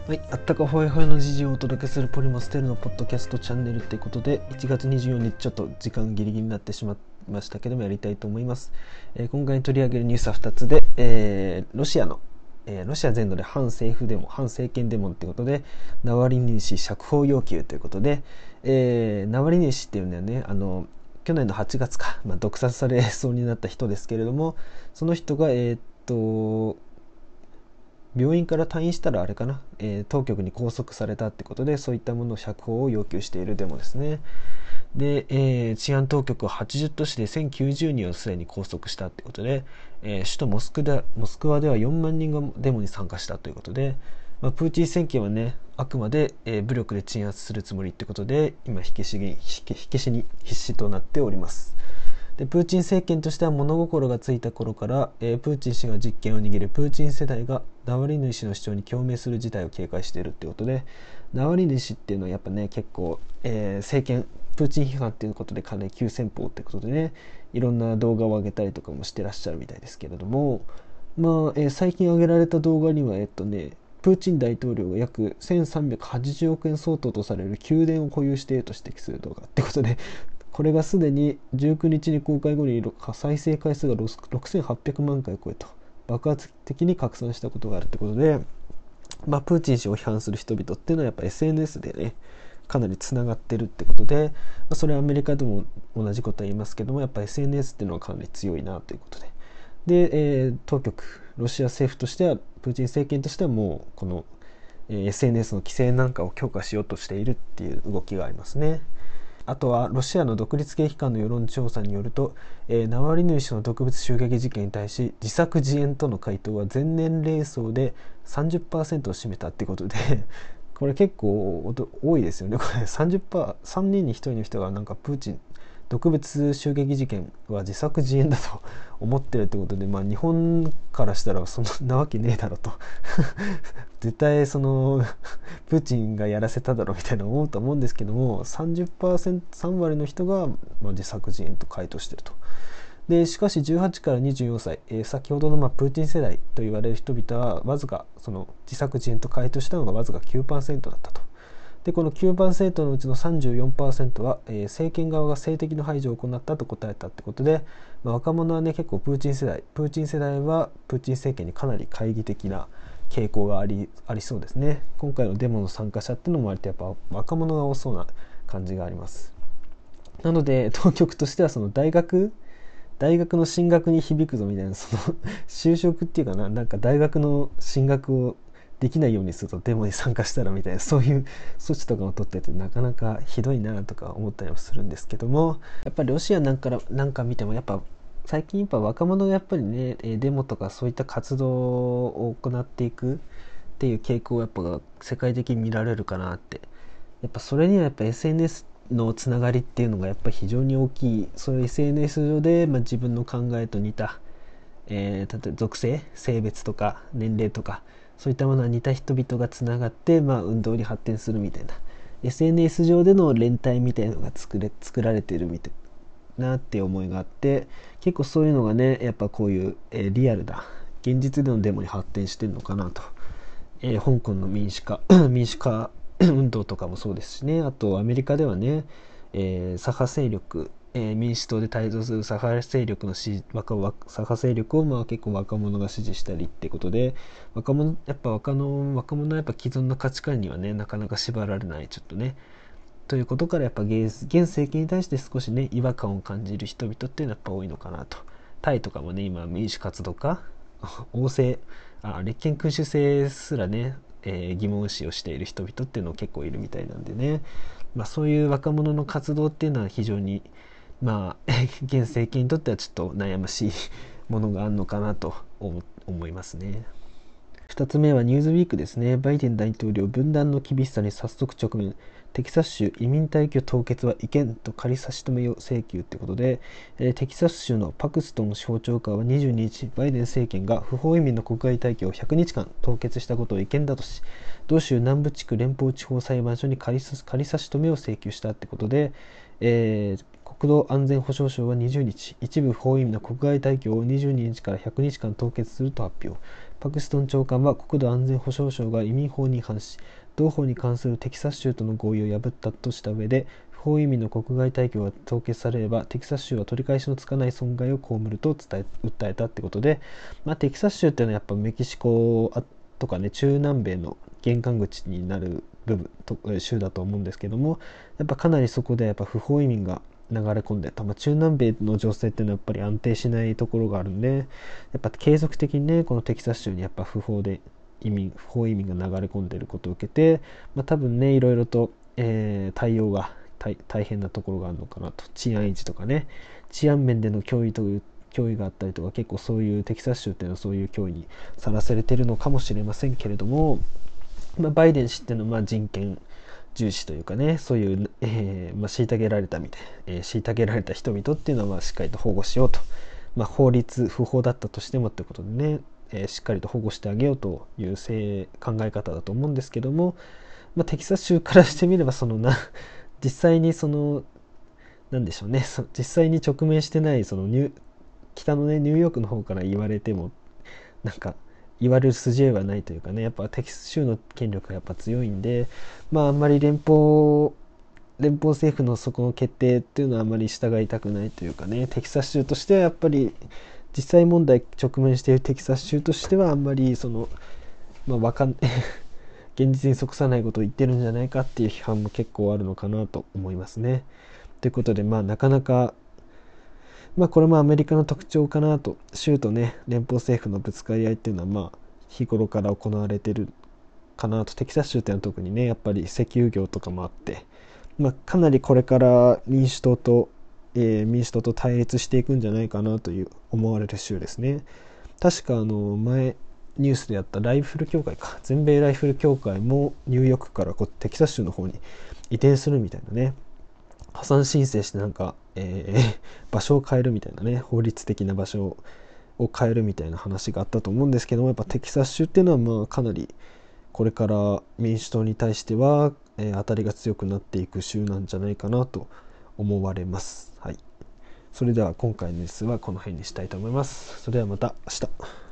はい、あったかほやほやの時事をお届けするポリマステルのポッドキャストチャンネルということで、1月24日ちょっと時間ギリギリになってしまいましたけども、やりたいと思います。今回取り上げるニュースは2つで、ロシア全土で反政府デモ、反政権デモということで、ナワリヌイ氏釈放要求ということで、ナワリヌイ氏っていうのはね、去年の8月か、毒殺されそうになった人ですけれども、その人が病院から退院したらあれかな、当局に拘束されたってことで、そういったものを釈放を要求しているデモですね。で、治安当局は80都市で1090人をすでに拘束したってことで、首都モスクワでは4万人がデモに参加したということで、プーチン政権はね、あくまで、武力で鎮圧するつもりってことで、今火消しに必死となっております。でプーチン政権としては物心がついた頃から、プーチン氏が実権を握るプーチン世代がナワリヌイ氏の主張に共鳴する事態を警戒しているということで、ナワリヌイ氏っていうのはやっぱね結構、政権プーチン批判ということでかなり急先鋒ということでね、いろんな動画を上げたりとかもしてらっしゃるみたいですけれども、最近上げられた動画にはプーチン大統領が約1380億円相当とされる宮殿を保有していると指摘する動画ってことで、これがすでに19日に公開後に再生回数が6800万回を超えと爆発的に拡散したことがあるということで、プーチン氏を批判する人々っていうのはやっぱ SNS でねかなりつながってるってことで、それはアメリカでも同じことは言いますけども、やっぱ SNS っていうのはかなり強いなということで、当局ロシア政府としてはプーチン政権としてはもうこの SNS の規制なんかを強化しようとしているっていう動きがありますね。あとはロシアの独立系機関の世論調査によると、ナワリヌイ氏の毒物襲撃事件に対し自作自演との回答は全年齢層で 30% を占めたってことでこれ結構多いですよね。これ 30%、3人に1人の人がなんかプーチン毒物襲撃事件は自作自演だと思ってるってことで、日本からしたらそんなわけねえだろと絶対そのプーチンがやらせただろみたいな思うと思うんですけども、 30%、3割の人が自作自演と回答してると。でしかし18から24歳、先ほどのプーチン世代と言われる人々はわずかその自作自演と回答したのがわずか 9% だったと。でこの 9% のうちの 34% は、政権側が性的な排除を行ったと答えたってことで、若者はね結構プーチン世代はプーチン政権にかなり懐疑的な傾向がありそうですね。今回のデモの参加者っていうのも割とやっぱ若者が多そうな感じがあります。なので当局としてはその大学の進学に響くぞみたいな、その就職っていうかなんか大学の進学をできないようにするとデモに参加したらみたいな、そういう措置とかを取っててなかなかひどいなとか思ったりもするんですけども、やっぱりロシアなんか見てもやっぱ最近やっぱ若者がやっぱりねデモとかそういった活動を行っていくっていう傾向がやっぱ世界的に見られるかなって。やっぱそれにはやっぱ SNS のつながりっていうのがやっぱり非常に大きい。そういう SNS 上で、自分の考えと似た、例えば属性、性別とか年齢とかそういったものは似た人々がつながって、運動に発展するみたいな SNS 上での連帯みたいなのが作られているみたいなって思いがあって、結構そういうのがねやっぱこういう、リアルな現実でのデモに発展してるのかなと。香港の民主化運動とかもそうですしね。あとアメリカではね、左派勢力、民主党で台頭する左派勢力を結構若者が支持したりってことで、若者はやっぱ既存の価値観にはねなかなか縛られないちょっとねということから、やっぱ現政権に対して少しね違和感を感じる人々っていうのはやっぱ多いのかなと。タイとかもね今民主活動家王政立憲君主制すらね、疑問視をしている人々っていうの結構いるみたいなんでね、そういう若者の活動っていうのは非常に現政権にとってはちょっと悩ましいものがあるのかなと思いますね。2つ目はニューズウィークですね。バイデン大統領分断の厳しさに早速直面。テキサス州移民退去凍結は違憲と仮差し止めを請求ということで、テキサス州のパクストン司法長官は22日、バイデン政権が不法移民の国外退去を100日間凍結したことを違憲だとし、同州南部地区連邦地方裁判所に仮差し止めを請求したということで、国土安全保障省は20日、一部不法移民の国外退去を22日から100日間凍結すると発表。 パクストン長官は国土安全保障省が移民法に違反し、同法に関するテキサス州との合意を破ったとした上で、不法移民の国外退去が凍結されればテキサス州は取り返しのつかない損害を被ると訴えたってことで、テキサス州っていうのはやっぱメキシコとかね、中南米の玄関口になる州だと思うんですけども、やっぱかなりそこでやっぱ不法移民が流れ込んでた、中南米の情勢っていうのはやっぱり安定しないところがあるんで、やっぱ継続的にね、このテキサス州にやっぱ不法移民が流れ込んでいることを受けて、多分ね、いろいろと、対応が大変なところがあるのかなと。治安維持とかね、治安面での脅威があったりとか、結構そういうテキサス州っていうのはそういう脅威にさらされているのかもしれませんけれども、バイデン氏っていうのは人権重視というかね、そういう、虐げられた人々っていうのはしっかりと保護しようと、法律不法だったとしてもってことでね、しっかりと保護してあげようという考え方だと思うんですけども、テキサス州からしてみれば実際になんでしょうね、実際に直面してない北のねニューヨークの方から言われても言われる筋合いはないというかね、やっぱテキサス州の権力がやっぱ強いんで、あんまり連邦政府のそこの決定っていうのはあまり従いたくないというかね、テキサス州としてはやっぱり実際問題直面しているテキサス州としてはあんまり現実に即さないことを言ってるんじゃないかっていう批判も結構あるのかなと思いますね。ということでなかなかこれもアメリカの特徴かなと。州とね連邦政府のぶつかり合いっていうのは日頃から行われてるかなと。テキサス州っていうのは特にねやっぱり石油業とかもあって、かなりこれから民主党と対立していくんじゃないかなという思われる州ですね。確か前ニュースでやった全米ライフル協会もニューヨークからテキサス州の方に移転するみたいなね、破産申請して場所を変えるみたいなね、法律的な場所を変えるみたいな話があったと思うんですけども、やっぱテキサス州っていうのはかなりこれから民主党に対しては、当たりが強くなっていく州なんじゃないかなと思われます。はい。それでは今回のニュースはこの辺にしたいと思います。それではまた明日。